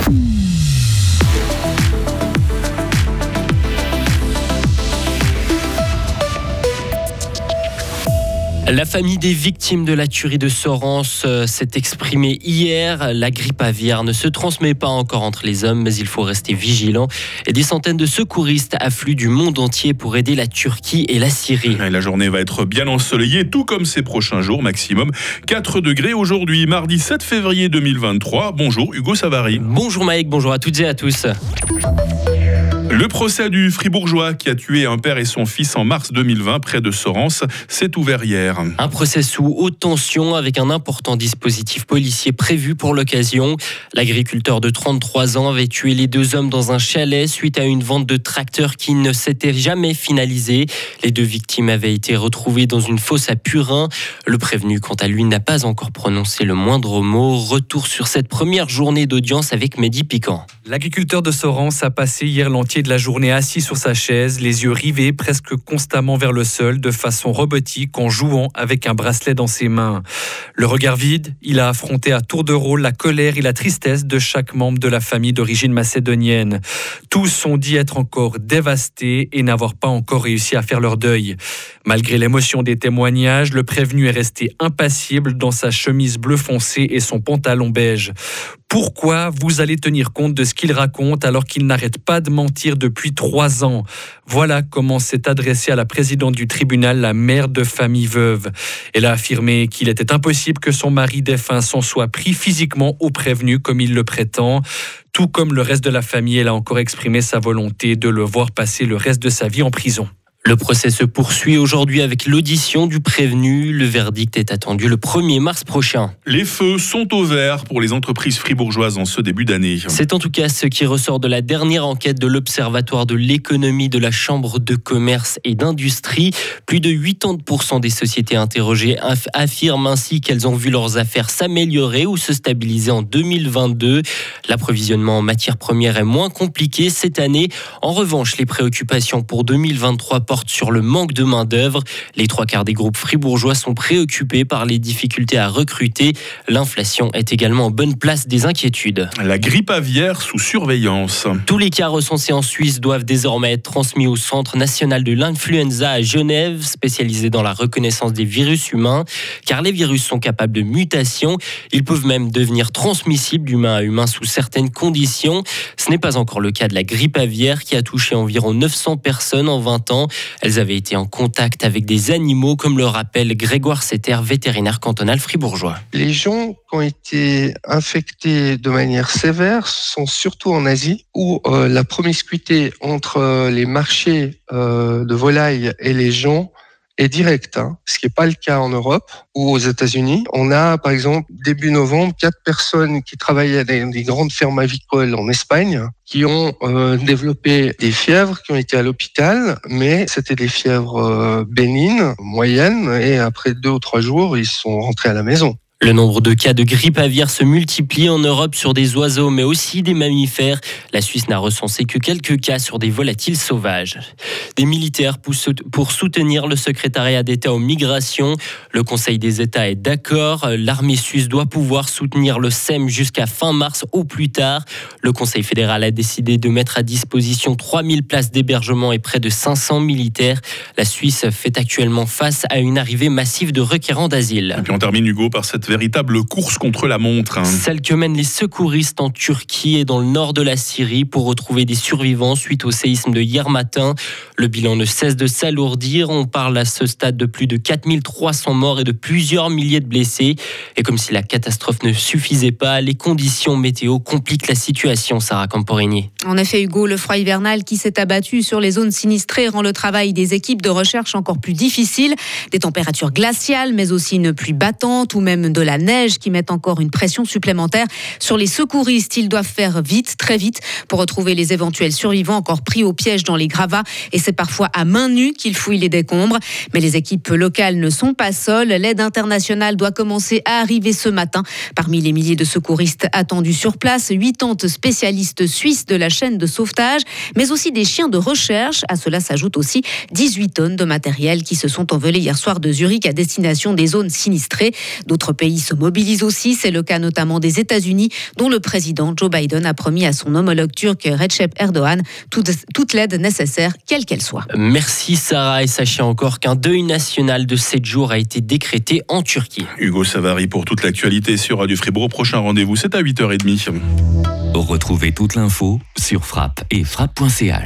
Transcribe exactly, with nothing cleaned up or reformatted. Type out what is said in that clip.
La famille des victimes de la tuerie de Sorens euh, s'est exprimée hier. La grippe aviaire ne se transmet pas encore entre les hommes, mais il faut rester vigilant. Et des centaines de secouristes affluent du monde entier pour aider la Turquie et la Syrie. Et la journée va être bien ensoleillée, tout comme ces prochains jours, maximum quatre degrés aujourd'hui, mardi sept février deux mille vingt-trois. Bonjour Hugo Savary. Bonjour Maïk, bonjour à toutes et à tous. Le procès du Fribourgeois qui a tué un père et son fils en mars deux mille vingt près de Sorens s'est ouvert hier. Un procès sous haute tension avec un important dispositif policier prévu pour l'occasion. L'agriculteur de trente-trois ans avait tué les deux hommes dans un chalet suite à une vente de tracteurs qui ne s'était jamais finalisée. Les deux victimes avaient été retrouvées dans une fosse à Purin. Le prévenu, quant à lui, n'a pas encore prononcé le moindre mot. Retour sur cette première journée d'audience avec Mehdi Piquant. L'agriculteur de Sorens a passé hier l'entier de la journée assis sur sa chaise, les yeux rivés presque constamment vers le sol, de façon robotique, en jouant avec un bracelet dans ses mains. Le regard vide, il a affronté à tour de rôle la colère et la tristesse de chaque membre de la famille d'origine macédonienne. Tous ont dit être encore dévastés et n'avoir pas encore réussi à faire leur deuil. Malgré l'émotion des témoignages, le prévenu est resté impassible dans sa chemise bleu foncé et son pantalon beige. Pourquoi vous allez tenir compte de ce qu'il raconte alors qu'il n'arrête pas de mentir depuis trois ans? Voilà comment s'est adressée à la présidente du tribunal, la mère de famille veuve. Elle a affirmé qu'il était impossible que son mari défunt s'en soit pris physiquement au prévenu comme il le prétend. Tout comme le reste de la famille, elle a encore exprimé sa volonté de le voir passer le reste de sa vie en prison. Le procès se poursuit aujourd'hui avec l'audition du prévenu. Le verdict est attendu le premier mars prochain. Les feux sont au vert pour les entreprises fribourgeoises en ce début d'année. C'est en tout cas ce qui ressort de la dernière enquête de l'Observatoire de l'économie de la Chambre de commerce et d'industrie. Plus de quatre-vingt-dix pour cent des sociétés interrogées affirment ainsi qu'elles ont vu leurs affaires s'améliorer ou se stabiliser en deux mille vingt-deux. L'approvisionnement en matières premières est moins compliqué cette année. En revanche, les préoccupations pour deux mille vingt-trois porte sur le manque de main-d'œuvre. Les trois quarts des groupes fribourgeois sont préoccupés par les difficultés à recruter. L'inflation est également en bonne place des inquiétudes. La grippe aviaire sous surveillance. Tous les cas recensés en Suisse doivent désormais être transmis au Centre national de l'influenza à Genève, spécialisé dans la reconnaissance des virus humains, car les virus sont capables de mutations. Ils peuvent même devenir transmissibles d'humain à humain sous certaines conditions. Ce n'est pas encore le cas de la grippe aviaire qui a touché environ neuf cents personnes en vingt ans. Elles avaient été en contact avec des animaux, comme le rappelle Grégoire Setter, vétérinaire cantonal fribourgeois. Les gens qui ont été infectés de manière sévère sont surtout en Asie, où euh, la promiscuité entre les marchés euh, de volailles et les gens est directe, hein, ce qui n'est pas le cas en Europe ou aux États-Unis. On a, par exemple, début novembre, quatre personnes qui travaillaient dans des grandes fermes avicoles en Espagne qui ont euh, développé des fièvres, qui ont été à l'hôpital, mais c'était des fièvres euh, bénignes, moyennes, et après deux ou trois jours, ils sont rentrés à la maison. Le nombre de cas de grippe aviaire se multiplie en Europe sur des oiseaux, mais aussi des mammifères. La Suisse n'a recensé que quelques cas sur des volatiles sauvages. Des militaires pour soutenir le secrétariat d'État aux migrations. Le Conseil des États est d'accord. L'armée suisse doit pouvoir soutenir le S E M jusqu'à fin mars au plus tard. Le Conseil fédéral a décidé de mettre à disposition trois mille places d'hébergement et près de cinq cents militaires. La Suisse fait actuellement face à une arrivée massive de requérants d'asile. Et puis on termine, Hugo, par cette véritable course contre la montre. Hein. Celle que mènent les secouristes en Turquie et dans le nord de la Syrie pour retrouver des survivants suite au séisme de hier matin. Le bilan ne cesse de s'alourdir. On parle à ce stade de plus de quatre mille trois cents morts et de plusieurs milliers de blessés. Et comme si la catastrophe ne suffisait pas, les conditions météo compliquent la situation, Sarah Camporini. En effet, Hugo, le froid hivernal qui s'est abattu sur les zones sinistrées rend le travail des équipes de recherche encore plus difficile. Des températures glaciales, mais aussi une pluie battante ou même de la neige qui met encore une pression supplémentaire sur les secouristes. Ils doivent faire vite, très vite, pour retrouver les éventuels survivants encore pris au piège dans les gravats. Et c'est parfois à main nue qu'ils fouillent les décombres. Mais les équipes locales ne sont pas seules. L'aide internationale doit commencer à arriver ce matin. Parmi les milliers de secouristes attendus sur place, quatre-vingts spécialistes suisses de la chaîne de sauvetage, mais aussi des chiens de recherche. À cela s'ajoutent aussi dix-huit tonnes de matériel qui se sont envolées hier soir de Zurich à destination des zones sinistrées. D'autres pays pays se mobilisent aussi. C'est le cas notamment des États-Unis, dont le président Joe Biden a promis à son homologue turc Recep Erdogan toute, toute l'aide nécessaire, quelle qu'elle soit. Merci Sarah, et sachez encore qu'un deuil national de sept jours a été décrété en Turquie. Hugo Savary pour toute l'actualité sur Radio Fribourg. Prochain rendez-vous, c'est à huit heures trente. Retrouvez toute l'info sur frappe et frappe point c h.